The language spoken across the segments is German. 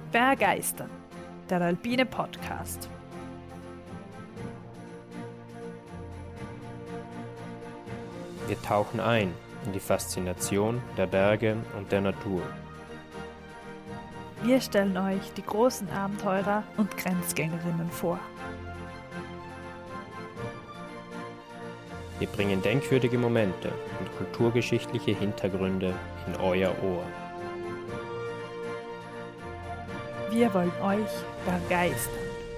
Bergeistern, der alpine Podcast. Wir tauchen ein in die Faszination der Berge und der Natur. Wir stellen euch die großen Abenteurer und Grenzgängerinnen vor. Wir bringen denkwürdige Momente und kulturgeschichtliche Hintergründe in euer Ohr. Wir wollen euch begeistern.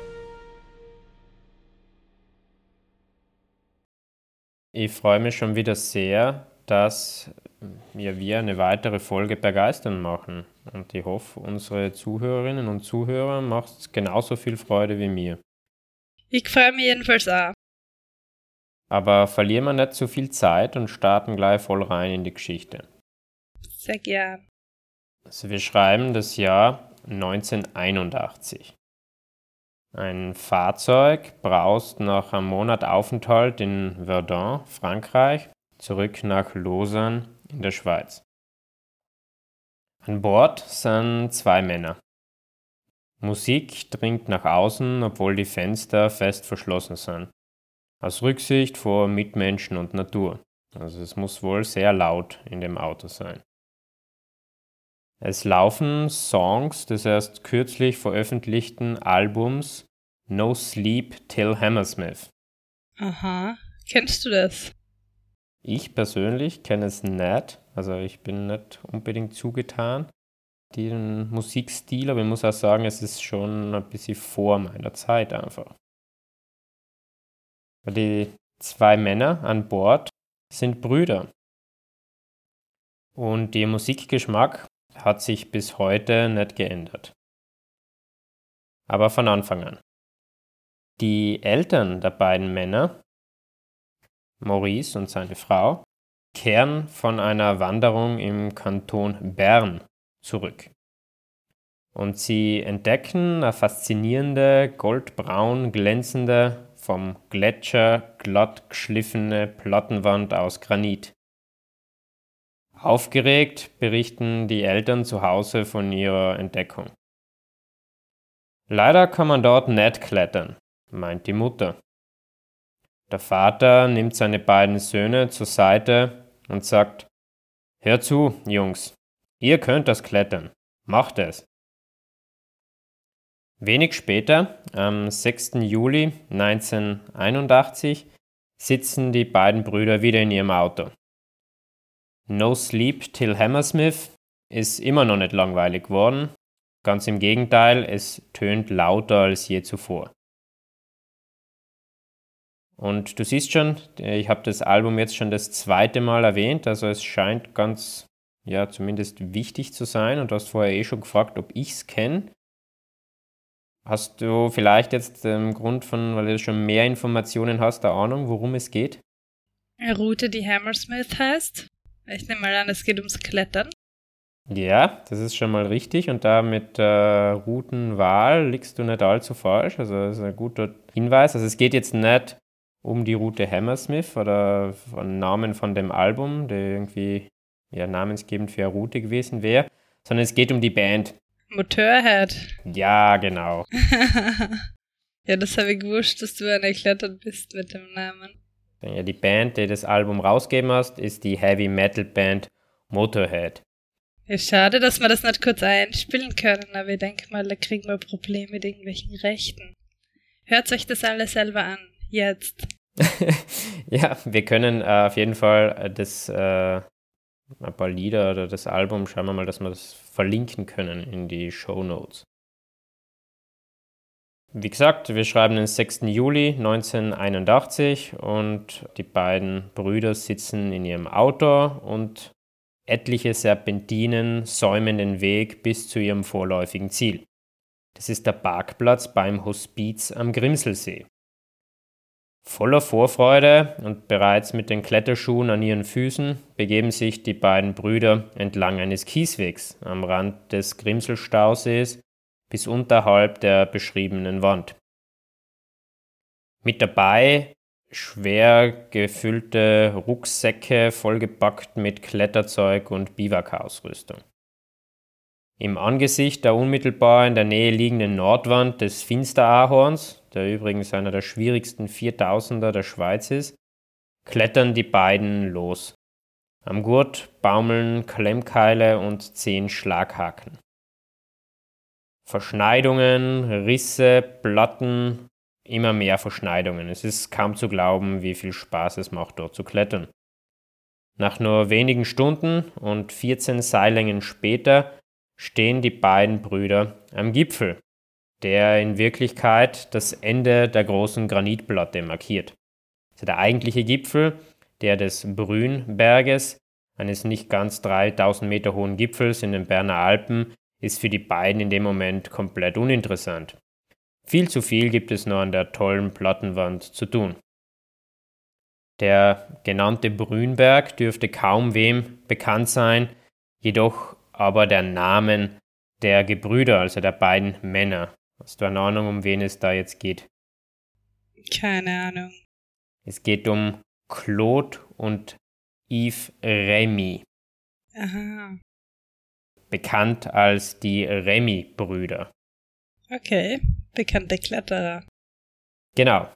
Ich freue mich schon wieder sehr, dass wir eine weitere Folge Begeistern machen. Und ich hoffe, unsere Zuhörerinnen und Zuhörer macht es genauso viel Freude wie mir. Ich freue mich jedenfalls auch. Aber verlieren wir nicht zu viel Zeit und starten gleich voll rein in die Geschichte. Sehr gern. Also wir schreiben das Jahr 1981. Ein Fahrzeug braust nach einem Monat Aufenthalt in Verdun, Frankreich, zurück nach Lausanne in der Schweiz. An Bord sind 2 Männer. Musik dringt nach außen, obwohl die Fenster fest verschlossen sind. Aus Rücksicht vor Mitmenschen und Natur. Also es muss wohl sehr laut in dem Auto sein. Es laufen Songs des erst kürzlich veröffentlichten Albums No Sleep Till Hammersmith. Aha, kennst du das? Ich persönlich kenne es nicht, also ich bin nicht unbedingt zugetan, den Musikstil, aber ich muss auch sagen, es ist schon ein bisschen vor meiner Zeit einfach. Die 2 Männer an Bord sind Brüder. Und ihr Musikgeschmack hat sich bis heute nicht geändert. Aber von Anfang an. Die Eltern der beiden Männer, Maurice und seine Frau, kehren von einer Wanderung im Kanton Bern zurück. Und sie entdecken eine faszinierende, goldbraun glänzende, vom Gletscher glatt geschliffene Plattenwand aus Granit. Aufgeregt berichten die Eltern zu Hause von ihrer Entdeckung. Leider kann man dort nicht klettern, meint die Mutter. Der Vater nimmt seine beiden Söhne zur Seite und sagt: Hör zu, Jungs, ihr könnt das klettern, macht es. Wenig später, am 6. Juli 1981, sitzen die beiden Brüder wieder in ihrem Auto. No Sleep Till Hammersmith ist immer noch nicht langweilig geworden. Ganz im Gegenteil, es tönt lauter als je zuvor. Und du siehst schon, ich habe das Album jetzt schon das 2. Mal erwähnt, also es scheint ganz, zumindest wichtig zu sein. Und du hast vorher schon gefragt, ob ich es kenne. Hast du vielleicht jetzt im Grund von, weil du schon mehr Informationen hast, eine Ahnung, worum es geht? Eine Route, die Hammersmith heißt. Ich nehme mal an, es geht ums Klettern. Ja, das ist schon mal richtig. Und da mit Routenwahl liegst du nicht allzu falsch. Also das ist ein guter Hinweis. Also es geht jetzt nicht um die Route Hammersmith oder von Namen von dem Album, der irgendwie namensgebend für eine Route gewesen wäre, sondern es geht um die Band. Motorhead. Ja, genau. Ja, das habe ich gewusst, dass du eine Klettern bist mit dem Namen. Ja, die Band, die das Album rausgegeben hast, ist die Heavy Metal Band Motorhead. Ja, schade, dass wir das nicht kurz einspielen können, aber ich denke mal, da kriegen wir Probleme mit irgendwelchen Rechten. Hört euch das alles selber an, jetzt. Ja, wir können auf jeden Fall ein paar Lieder oder das Album, schauen wir mal, dass wir das verlinken können in die Shownotes. Wie gesagt, wir schreiben den 6. Juli 1981 und die beiden Brüder sitzen in ihrem Auto und etliche Serpentinen säumen den Weg bis zu ihrem vorläufigen Ziel. Das ist der Parkplatz beim Hospiz am Grimselsee. Voller Vorfreude und bereits mit den Kletterschuhen an ihren Füßen begeben sich die beiden Brüder entlang eines Kieswegs am Rand des Grimselstausees bis unterhalb der beschriebenen Wand. Mit dabei schwer gefüllte Rucksäcke vollgepackt mit Kletterzeug und Biwakausrüstung. Im Angesicht der unmittelbar in der Nähe liegenden Nordwand des Finsterahorns, der übrigens einer der schwierigsten 4000er der Schweiz ist, klettern die beiden los. Am Gurt baumeln Klemmkeile und 10 Schlaghaken. Verschneidungen, Risse, Platten, immer mehr Verschneidungen. Es ist kaum zu glauben, wie viel Spaß es macht, dort zu klettern. Nach nur wenigen Stunden und 14 Seillängen später stehen die beiden Brüder am Gipfel, der in Wirklichkeit das Ende der großen Granitplatte markiert. Also der eigentliche Gipfel, der des Brünberges, eines nicht ganz 3000 Meter hohen Gipfels in den Berner Alpen, ist für die beiden in dem Moment komplett uninteressant. Viel zu viel gibt es noch an der tollen Plattenwand zu tun. Der genannte Brünberg dürfte kaum wem bekannt sein, jedoch aber der Namen der Gebrüder, also der beiden Männer. Hast du eine Ahnung, um wen es da jetzt geht? Keine Ahnung. Es geht um Claude und Yves Remy, Aha. bekannt als die Remy-Brüder. Okay. Bekannte Kletterer. Genau.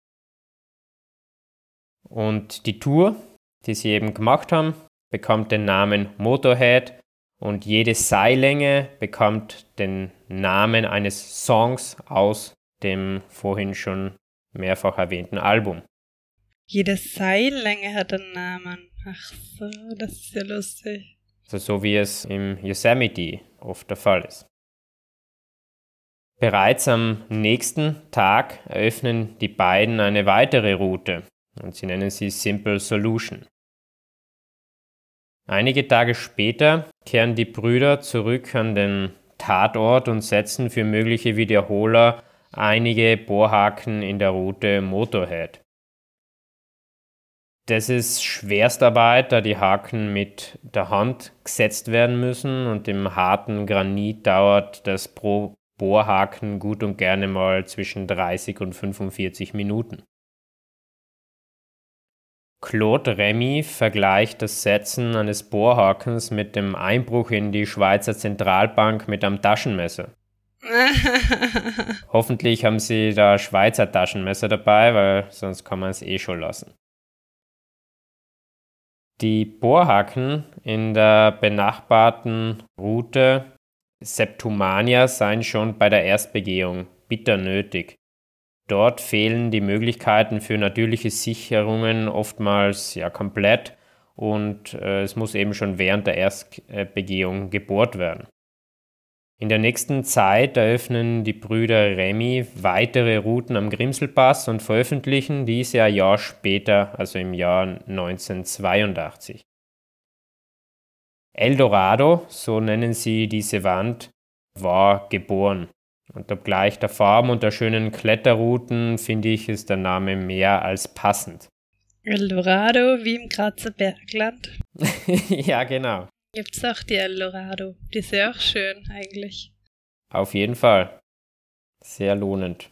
Und die Tour, die sie eben gemacht haben, bekommt den Namen Motorhead und jede Seillänge bekommt den Namen eines Songs aus dem vorhin schon mehrfach erwähnten Album. Jede Seillänge hat einen Namen. Ach so, das ist ja lustig. Also so wie es im Yosemite oft der Fall ist. Bereits am nächsten Tag eröffnen die beiden eine weitere Route und sie nennen sie Simple Solution. Einige Tage später kehren die Brüder zurück an den Tatort und setzen für mögliche Wiederholer einige Bohrhaken in der Route Motorhead. Das ist Schwerstarbeit, da die Haken mit der Hand gesetzt werden müssen und im harten Granit dauert das pro Bohrhaken gut und gerne mal zwischen 30 und 45 Minuten. Claude Remy vergleicht das Setzen eines Bohrhakens mit dem Einbruch in die Schweizer Zentralbank mit einem Taschenmesser. Hoffentlich haben sie da Schweizer Taschenmesser dabei, weil sonst kann man es schon lassen. Die Bohrhaken in der benachbarten Route Septumania seien schon bei der Erstbegehung bitter nötig. Dort fehlen die Möglichkeiten für natürliche Sicherungen oftmals komplett und es muss eben schon während der Erstbegehung gebohrt werden. In der nächsten Zeit eröffnen die Brüder Remy weitere Routen am Grimselpass und veröffentlichen diese ein Jahr später, also im Jahr 1982. Eldorado, so nennen sie diese Wand, war geboren. Und obgleich der Farben und der schönen Kletterrouten finde ich, ist der Name mehr als passend. Eldorado, wie im Grazer Bergland. Ja, genau. Gibt's auch die Eldorado. Die ist ja auch schön eigentlich. Auf jeden Fall. Sehr lohnend.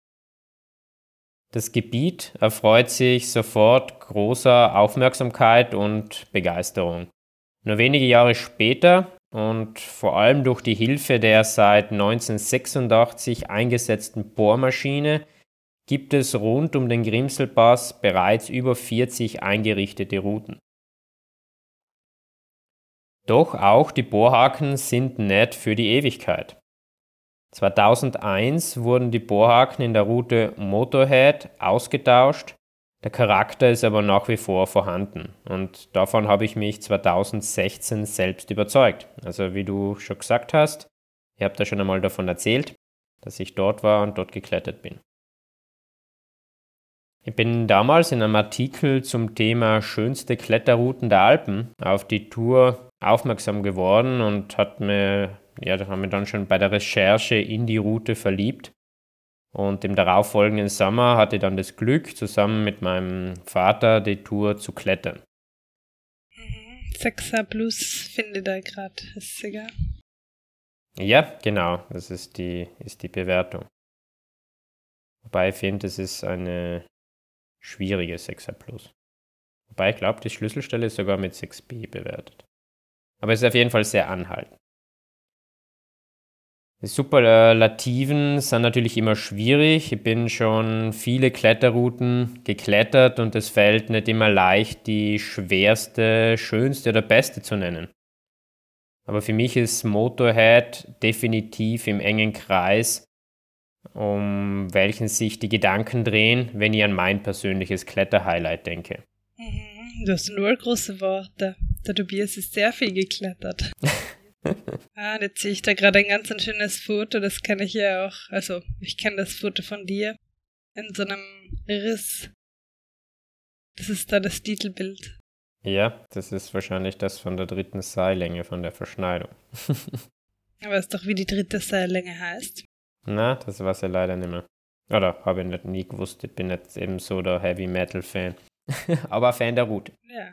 Das Gebiet erfreut sich sofort großer Aufmerksamkeit und Begeisterung. Nur wenige Jahre später und vor allem durch die Hilfe der seit 1986 eingesetzten Bohrmaschine gibt es rund um den Grimselpass bereits über 40 eingerichtete Routen. Doch auch die Bohrhaken sind nicht für die Ewigkeit. 2001 wurden die Bohrhaken in der Route Motorhead ausgetauscht, der Charakter ist aber nach wie vor vorhanden und davon habe ich mich 2016 selbst überzeugt. Also wie du schon gesagt hast, ich habe da schon einmal davon erzählt, dass ich dort war und dort geklettert bin. Ich bin damals in einem Artikel zum Thema schönste Kletterrouten der Alpen auf die Tour aufmerksam geworden und habe mich dann schon bei der Recherche in die Route verliebt. Und im darauffolgenden Sommer hatte ich dann das Glück, zusammen mit meinem Vater die Tour zu klettern. 6er Plus finde ich da gerade, ist egal. Ja, genau, das ist die Bewertung. Wobei ich finde, es ist eine schwierige 6er Plus. Wobei ich glaube, die Schlüsselstelle ist sogar mit 6b bewertet. Aber es ist auf jeden Fall sehr anhaltend. Die Superlativen sind natürlich immer schwierig. Ich bin schon viele Kletterrouten geklettert und es fällt nicht immer leicht, die schwerste, schönste oder beste zu nennen. Aber für mich ist Motorhead definitiv im engen Kreis, um welchen sich die Gedanken drehen, wenn ich an mein persönliches Kletterhighlight denke. Du hast nur große Worte. Der Tobias ist sehr viel geklettert. Jetzt sehe ich da gerade ein ganz schönes Foto, das kenne ich ja auch. Also, ich kenne das Foto von dir in so einem Riss. Das ist da das Titelbild. Ja, das ist wahrscheinlich das von der 3. Seillänge, von der Verschneidung. Aber weißt doch, wie die 3. Seillänge heißt? Na, das weiß ich leider nicht mehr. Oder habe ich nie gewusst, ich bin jetzt eben so der Heavy-Metal-Fan. Aber Fan der Route. Ja.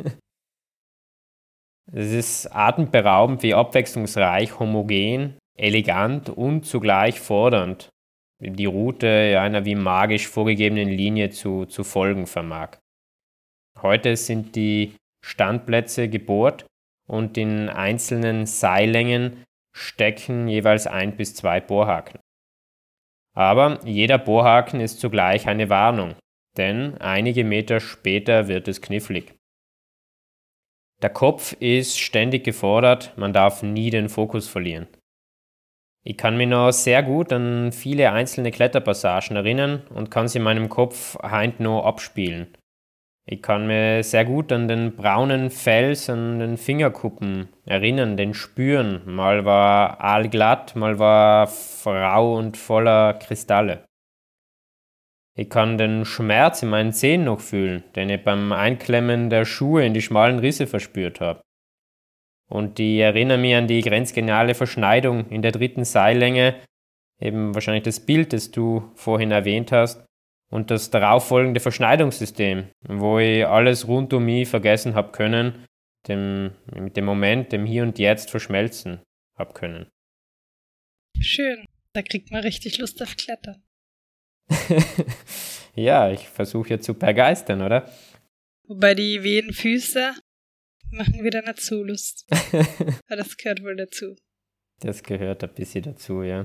Es ist atemberaubend, wie abwechslungsreich, homogen, elegant und zugleich fordernd die Route einer wie magisch vorgegebenen Linie zu folgen vermag. Heute sind die Standplätze gebohrt und in einzelnen Seillängen stecken jeweils 1 bis 2 Bohrhaken. Aber jeder Bohrhaken ist zugleich eine Warnung, denn einige Meter später wird es knifflig. Der Kopf ist ständig gefordert, man darf nie den Fokus verlieren. Ich kann mich noch sehr gut an viele einzelne Kletterpassagen erinnern und kann sie in meinem Kopf heint noch abspielen. Ich kann mich sehr gut an den braunen Fels an den Fingerkuppen erinnern, den spüren. Mal war aalglatt, mal war rau und voller Kristalle. Ich kann den Schmerz in meinen Zehen noch fühlen, den ich beim Einklemmen der Schuhe in die schmalen Risse verspürt habe. Und ich erinnere mich an die grenzgeniale Verschneidung in der 3. Seillänge, eben wahrscheinlich das Bild, das du vorhin erwähnt hast, und das darauffolgende Verschneidungssystem, wo ich alles rund um mich vergessen habe können, mit dem Moment, dem Hier und Jetzt verschmelzen habe können. Schön, da kriegt man richtig Lust auf Klettern. Ja, ich versuche ja zu begeistern, oder? Wobei die wehen Füße machen wieder nicht so Lust. Aber das gehört wohl dazu. Das gehört ein bisschen dazu, ja.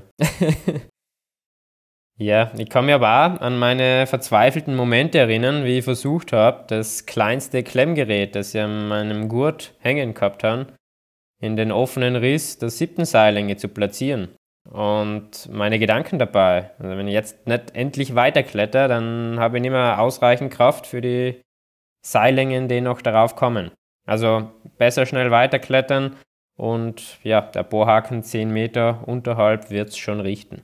Ja, ich kann mich aber auch an meine verzweifelten Momente erinnern, wie ich versucht habe, das kleinste Klemmgerät, das ich an meinem Gurt hängen gehabt habe, in den offenen Riss der 7. Seillänge zu platzieren. Und meine Gedanken dabei, also wenn ich jetzt nicht endlich weiterkletter, dann habe ich nicht mehr ausreichend Kraft für die Seillängen, die noch darauf kommen. Also besser schnell weiterklettern und ja, der Bohrhaken 10 Meter unterhalb wird es schon richten.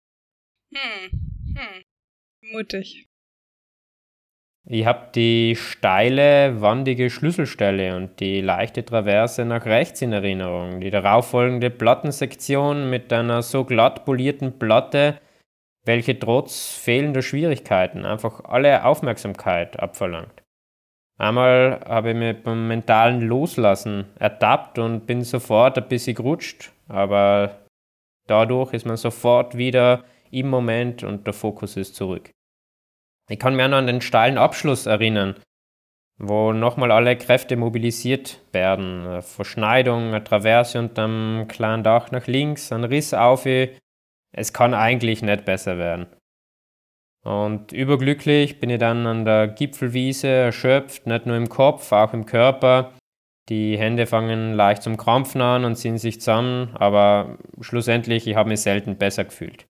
Mutig. Ich habe die steile, wandige Schlüsselstelle und die leichte Traverse nach rechts in Erinnerung. Die darauffolgende Plattensektion mit einer so glatt polierten Platte, welche trotz fehlender Schwierigkeiten einfach alle Aufmerksamkeit abverlangt. Einmal habe ich mich beim mentalen Loslassen ertappt und bin sofort ein bisschen gerutscht, aber dadurch ist man sofort wieder im Moment und der Fokus ist zurück. Ich kann mich auch noch an den steilen Abschluss erinnern, wo nochmal alle Kräfte mobilisiert werden. Eine Verschneidung, eine Traverse unterm kleinen Dach nach links, ein Riss auf. Es kann eigentlich nicht besser werden. Und überglücklich bin ich dann an der Gipfelwiese erschöpft, nicht nur im Kopf, auch im Körper. Die Hände fangen leicht zum Krampfen an und ziehen sich zusammen, aber schlussendlich, ich habe mich selten besser gefühlt.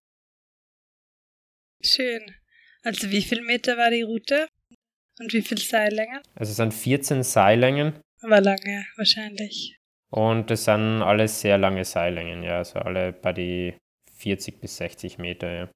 Schön. Also wie viel Meter war die Route? Und wie viel Seillängen? Also es sind 14 Seillängen. War lange, wahrscheinlich. Und es sind alles sehr lange Seillängen, ja, also alle bei die 40 bis 60 Meter, ja.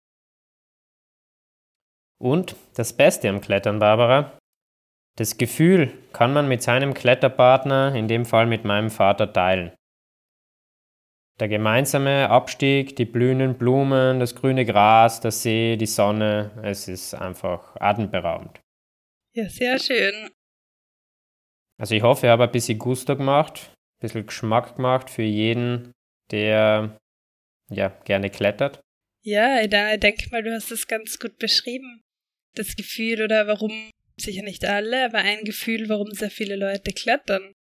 Und das Beste am Klettern, Barbara, das Gefühl kann man mit seinem Kletterpartner, in dem Fall mit meinem Vater, teilen. Der gemeinsame Abstieg, die blühenden Blumen, das grüne Gras, der See, die Sonne, es ist einfach atemberaubend. Ja, sehr schön. Also ich hoffe, ich habe ein bisschen Gusto gemacht, ein bisschen Geschmack gemacht für jeden, der ja gerne klettert. Ja, ich denke mal, du hast das ganz gut beschrieben. Das Gefühl oder warum, sicher nicht alle, aber ein Gefühl, warum sehr viele Leute klettern.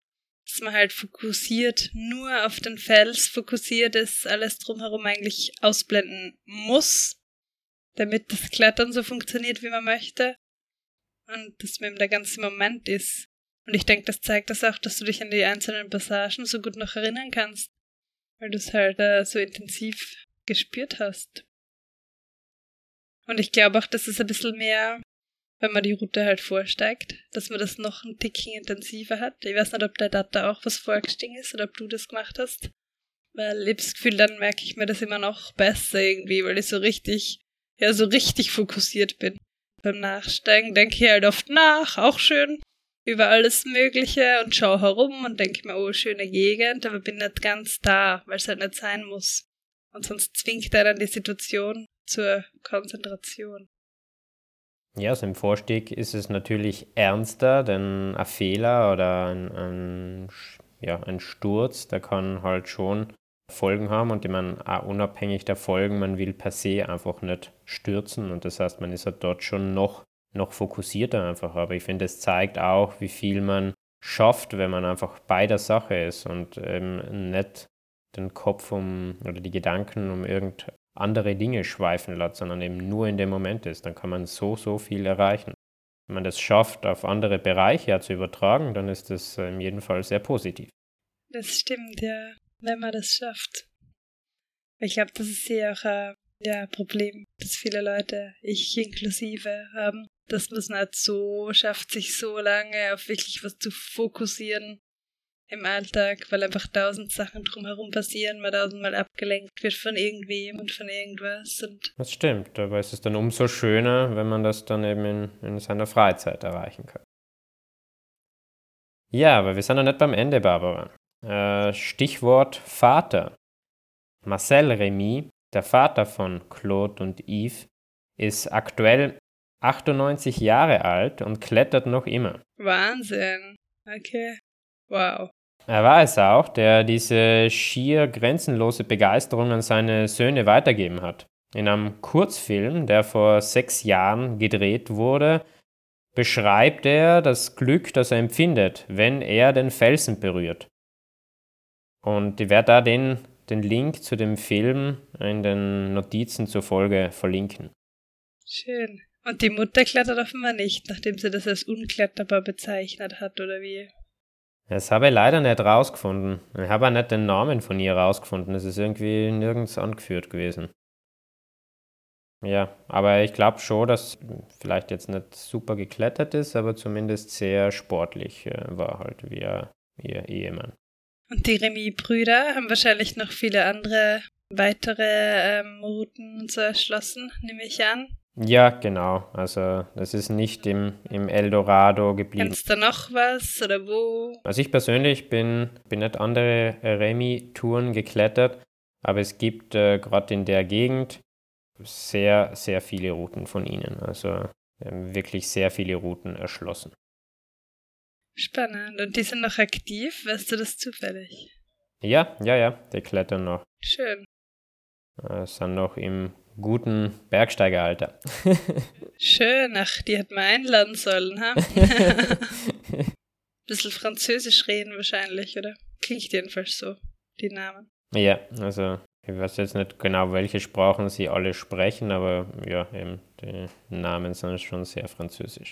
dass man halt fokussiert, nur auf den Fels fokussiert ist, alles drumherum eigentlich ausblenden muss, damit das Klettern so funktioniert, wie man möchte. Und dass man eben der ganze Moment ist. Und ich denke, das zeigt das auch, dass du dich an die einzelnen Passagen so gut noch erinnern kannst, weil du es halt so intensiv gespürt hast. Und ich glaube auch, dass es ein bisschen mehr, wenn man die Route halt vorsteigt, dass man das noch ein Ticken intensiver hat. Ich weiß nicht, ob der Data auch was vorgestiegen ist oder ob du das gemacht hast. Weil ich habe das Gefühl, dann merke ich mir das immer noch besser irgendwie, weil ich so richtig fokussiert bin. Beim Nachsteigen denke ich halt oft nach, auch schön, über alles Mögliche und schaue herum und denke mir, oh, schöne Gegend, aber bin nicht ganz da, weil es halt nicht sein muss. Und sonst zwingt er dann die Situation zur Konzentration. Ja, also im Vorstieg ist es natürlich ernster, denn ein Fehler oder ein Sturz, der kann halt schon Folgen haben und ich meine, auch unabhängig der Folgen, man will per se einfach nicht stürzen und das heißt, man ist halt dort schon noch fokussierter einfach, aber ich finde, es zeigt auch, wie viel man schafft, wenn man einfach bei der Sache ist und nicht den Kopf oder die Gedanken um andere Dinge schweifen lässt, sondern eben nur in dem Moment ist, dann kann man so viel erreichen. Wenn man das schafft, auf andere Bereiche zu übertragen, dann ist das in jedem Fall sehr positiv. Das stimmt, ja, wenn man das schafft. Ich glaube, das ist ja auch ein Problem, das viele Leute, ich inklusive, haben, dass man es nicht so schafft, sich so lange auf wirklich was zu fokussieren im Alltag, weil einfach 1000 Sachen drumherum passieren, man 1000-mal abgelenkt wird von irgendwem und von irgendwas. Und das stimmt, aber es ist dann umso schöner, wenn man das dann eben in seiner Freizeit erreichen kann. Ja, aber wir sind noch nicht beim Ende, Barbara. Stichwort Vater. Marcel Remy, der Vater von Claude und Yves, ist aktuell 98 Jahre alt und klettert noch immer. Wahnsinn. Okay. Wow. Er war es auch, der diese schier grenzenlose Begeisterung an seine Söhne weitergeben hat. In einem Kurzfilm, der vor 6 Jahren gedreht wurde, beschreibt er das Glück, das er empfindet, wenn er den Felsen berührt. Und ich werde da den Link zu dem Film in den Notizen zur Folge verlinken. Schön. Und die Mutter klettert offenbar nicht, nachdem sie das als unkletterbar bezeichnet hat, oder wie? Das habe ich leider nicht rausgefunden. Ich habe auch nicht den Namen von ihr rausgefunden. Es ist irgendwie nirgends angeführt gewesen. Ja, aber ich glaube schon, dass vielleicht jetzt nicht super geklettert ist, aber zumindest sehr sportlich war halt wie ihr Ehemann. Und die Remy-Brüder haben wahrscheinlich noch viele andere weitere Routen und so erschlossen, nehme ich an. Ja, genau. Also das ist nicht im Eldorado geblieben. Kennst du noch was oder wo? Also ich persönlich bin nicht andere Remy-Touren geklettert, aber es gibt gerade in der Gegend sehr, sehr viele Routen von ihnen. Also wirklich sehr viele Routen erschlossen. Spannend. Und die sind noch aktiv? Weißt du das zufällig? Ja, die klettern noch. Schön. Sind noch im guten Bergsteigeralter. Schön. Ach, die hätten wir einladen sollen, ha? Bisschen Französisch reden wahrscheinlich, oder? Klingt jedenfalls so, die Namen. Ja, also ich weiß jetzt nicht genau, welche Sprachen sie alle sprechen, aber ja, eben die Namen sind schon sehr französisch.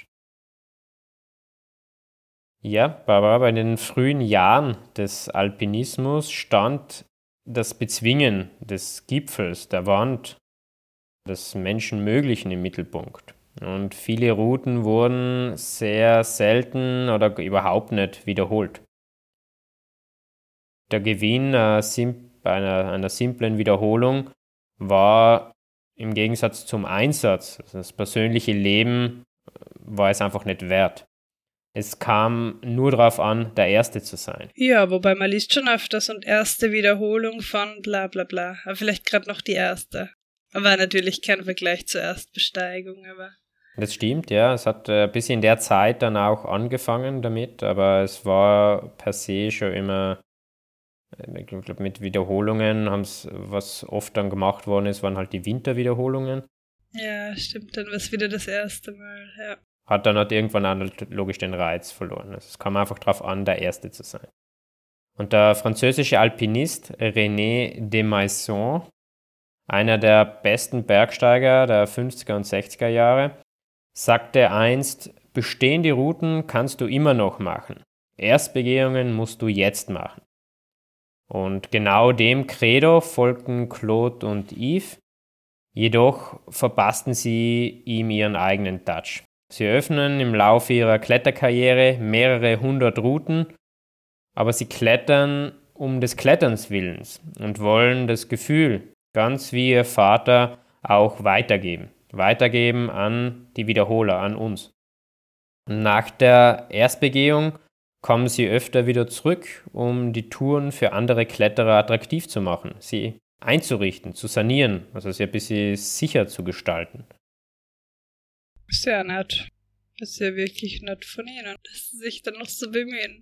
Ja, Barbara, in den frühen Jahren des Alpinismus stand das Bezwingen des Gipfels, der Wand, des Menschenmöglichen im Mittelpunkt. Und viele Routen wurden sehr selten oder überhaupt nicht wiederholt. Der Gewinn einer simplen Wiederholung war im Gegensatz zum Einsatz, also das persönliche Leben, war es einfach nicht wert. Es kam nur darauf an, der Erste zu sein. Ja, wobei man liest schon öfters und erste Wiederholung von bla bla bla. Aber vielleicht gerade noch die erste. Aber natürlich kein Vergleich zur Erstbesteigung, aber... Das stimmt, ja. Es hat ein bisschen in der Zeit dann auch angefangen damit, aber es war per se schon immer, ich glaube, mit Wiederholungen was oft dann gemacht worden ist, waren halt die Winterwiederholungen. Ja, stimmt, dann war es wieder das erste Mal, ja. Hat dann halt irgendwann auch logisch den Reiz verloren. Also es kam einfach darauf an, der Erste zu sein. Und der französische Alpinist René Desmaisons, einer der besten Bergsteiger der 50er und 60er Jahre, sagte einst, bestehende Routen kannst du immer noch machen. Erstbegehungen musst du jetzt machen. Und genau dem Credo folgten Claude und Yves, jedoch verpassten sie ihm ihren eigenen Touch. Sie öffnen im Laufe ihrer Kletterkarriere mehrere hundert Routen, aber sie klettern um des Kletterns Willens und wollen das Gefühl, ganz wie ihr Vater, auch weitergeben. Weitergeben an die Wiederholer, an uns. Nach der Erstbegehung kommen sie öfter wieder zurück, um die Touren für andere Kletterer attraktiv zu machen, sie einzurichten, zu sanieren, also sie ein bisschen sicher zu gestalten. Sehr nett. Das ist ja wirklich nett von Ihnen, dass Sie sich dann noch so bemühen.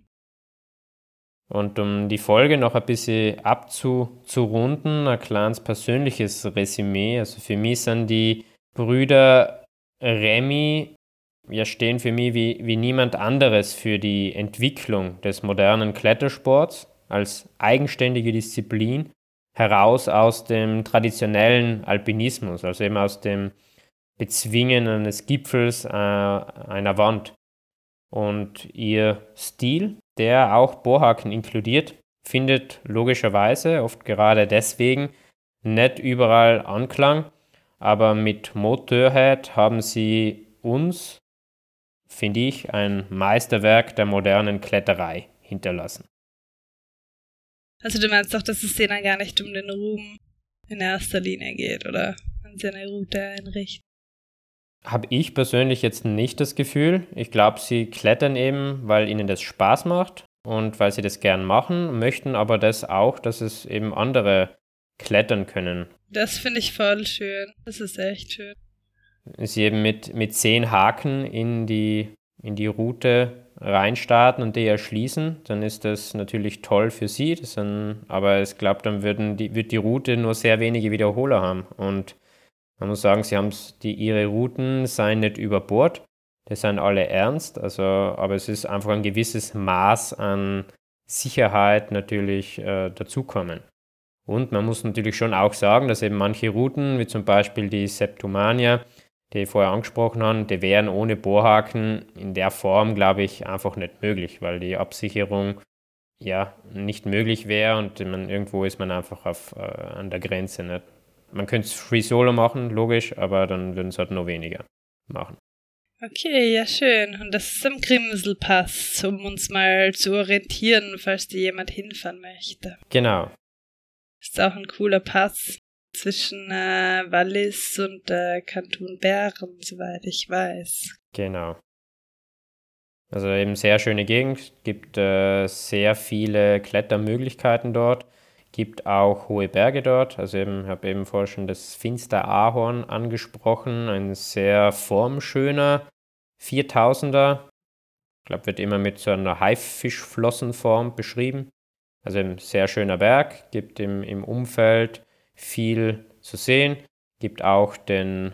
Und um die Folge noch ein bisschen abzurunden, ein kleines persönliches Resümee. Also für mich sind die Brüder Remy, stehen für mich wie niemand anderes für die Entwicklung des modernen Klettersports als eigenständige Disziplin heraus aus dem traditionellen Alpinismus, also eben aus dem Bezwingen eines Gipfels einer Wand. Und ihr Stil, der auch Bohrhaken inkludiert, findet logischerweise, oft gerade deswegen, nicht überall Anklang, aber mit Motorhead haben sie uns, finde ich, ein Meisterwerk der modernen Kletterei hinterlassen. Also du meinst doch, dass es denen gar nicht um den Ruhm in erster Linie geht, oder? Wenn sie eine Route einrichten. Habe ich persönlich jetzt nicht das Gefühl. Ich glaube, sie klettern eben, weil ihnen das Spaß macht und weil sie das gern machen, möchten aber das auch, dass es eben andere klettern können. Das finde ich voll schön. Das ist echt schön. Sie eben mit 10 Haken in die Route reinstarten und die erschließen, dann ist das natürlich toll für sie. Aber ich glaube, dann wird die Route nur sehr wenige Wiederholer haben. Und man muss sagen, ihre Routen seien nicht über Bord, die seien alle ernst, aber es ist einfach ein gewisses Maß an Sicherheit natürlich dazukommen. Und man muss natürlich schon auch sagen, dass eben manche Routen, wie zum Beispiel die Septumania, die ich vorher angesprochen habe, die wären ohne Bohrhaken in der Form, glaube ich, einfach nicht möglich, weil die Absicherung nicht möglich wäre und irgendwo ist man einfach an der Grenze nicht. Man könnte es Free Solo machen, logisch, aber dann würden es halt noch weniger machen. Okay, ja schön. Und das ist am Grimselpass, um uns mal zu orientieren, falls da jemand hinfahren möchte. Genau. Ist auch ein cooler Pass zwischen Wallis und Kanton Bern, soweit ich weiß. Genau. Also eben sehr schöne Gegend, gibt sehr viele Klettermöglichkeiten dort. Gibt auch hohe Berge dort, also ich habe eben vorher schon das Finster-Ahorn angesprochen, ein sehr formschöner 4000er, ich glaube, wird immer mit so einer Haifischflossenform beschrieben, also ein sehr schöner Berg, gibt im Umfeld viel zu sehen, gibt auch den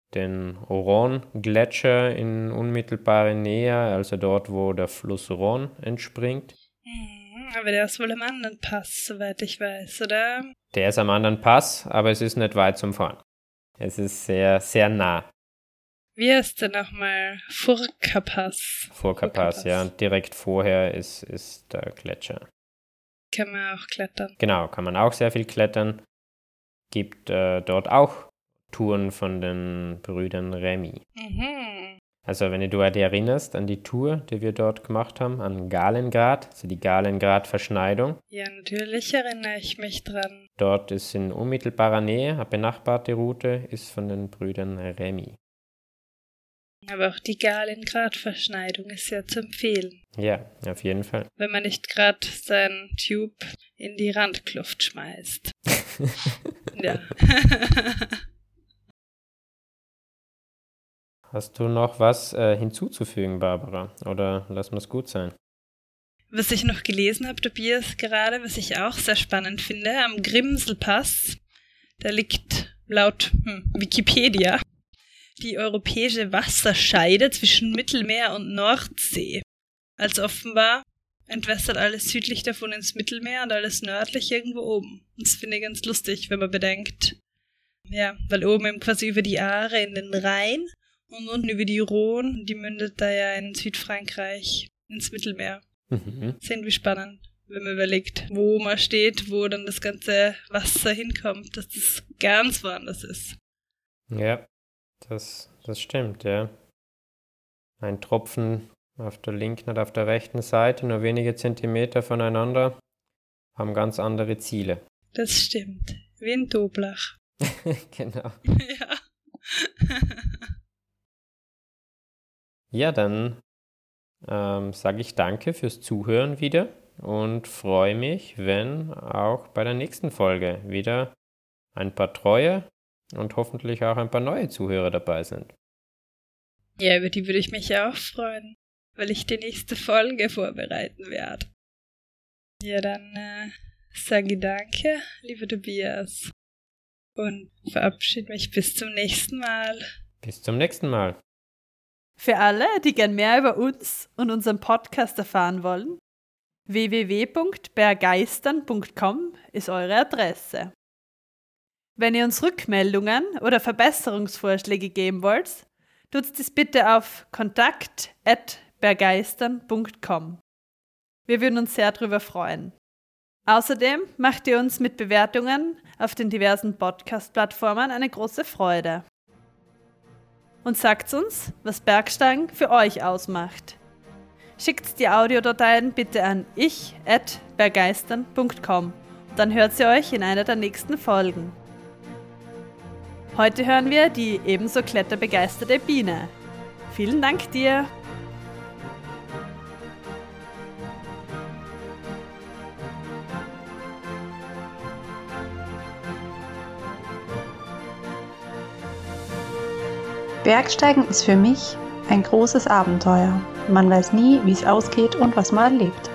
Rhône-Gletscher in unmittelbarer Nähe, also dort, wo der Fluss Rhône entspringt. Aber der ist wohl im anderen Pass, soweit ich weiß, oder? Der ist am anderen Pass, aber es ist nicht weit zum Fahren. Es ist sehr, sehr nah. Wie heißt der nochmal? Furka-Pass. Furka-Pass, ja. Und direkt vorher ist der Gletscher. Kann man auch klettern. Genau, kann man auch sehr viel klettern. Gibt dort auch Touren von den Brüdern Remy. Mhm. Also wenn du dich erinnerst an die Tour, die wir dort gemacht haben, an Galengrad, also die Galengrad-Verschneidung. Ja, natürlich erinnere ich mich dran. Dort ist in unmittelbarer Nähe, eine benachbarte Route, ist von den Brüdern Remy. Aber auch die Galengrad-Verschneidung ist ja zu empfehlen. Ja, auf jeden Fall. Wenn man nicht gerade seinen Tube in die Randkluft schmeißt. Ja. Hast du noch was hinzuzufügen, Barbara? Oder lassen wir es gut sein? Was ich noch gelesen habe, Tobias, gerade, was ich auch sehr spannend finde, am Grimselpass, da liegt laut Wikipedia die europäische Wasserscheide zwischen Mittelmeer und Nordsee. Also offenbar entwässert alles südlich davon ins Mittelmeer und alles nördlich irgendwo oben. Das finde ich ganz lustig, wenn man bedenkt, ja, weil oben eben quasi über die Aare in den Rhein und unten über die Rhone, die mündet da ja in Südfrankreich ins Mittelmeer. Mhm. Das ist irgendwie spannend, wenn man überlegt, wo man steht, wo dann das ganze Wasser hinkommt, dass das ganz woanders ist. Ja, das stimmt, ja. Ein Tropfen auf der linken und auf der rechten Seite, nur wenige Zentimeter voneinander, haben ganz andere Ziele. Das stimmt. Wie in Toblach. Genau. Ja. Ja, dann sage ich danke fürs Zuhören wieder und freue mich, wenn auch bei der nächsten Folge wieder ein paar treue und hoffentlich auch ein paar neue Zuhörer dabei sind. Ja, über die würde ich mich ja auch freuen, weil ich die nächste Folge vorbereiten werde. Ja, dann sage ich danke, lieber Tobias, und verabschiede mich bis zum nächsten Mal. Bis zum nächsten Mal. Für alle, die gern mehr über uns und unseren Podcast erfahren wollen, www.bergeistern.com ist eure Adresse. Wenn ihr uns Rückmeldungen oder Verbesserungsvorschläge geben wollt, tut dies bitte auf kontakt@bergeistern.com. Wir würden uns sehr darüber freuen. Außerdem macht ihr uns mit Bewertungen auf den diversen Podcast-Plattformen eine große Freude. Und sagt uns, was Bergsteigen für euch ausmacht. Schickt die Audiodateien bitte an ich@bergeistern.com. Dann hört sie euch in einer der nächsten Folgen. Heute hören wir die ebenso kletterbegeisterte Biene. Vielen Dank dir! Bergsteigen ist für mich ein großes Abenteuer. Man weiß nie, wie es ausgeht und was man erlebt.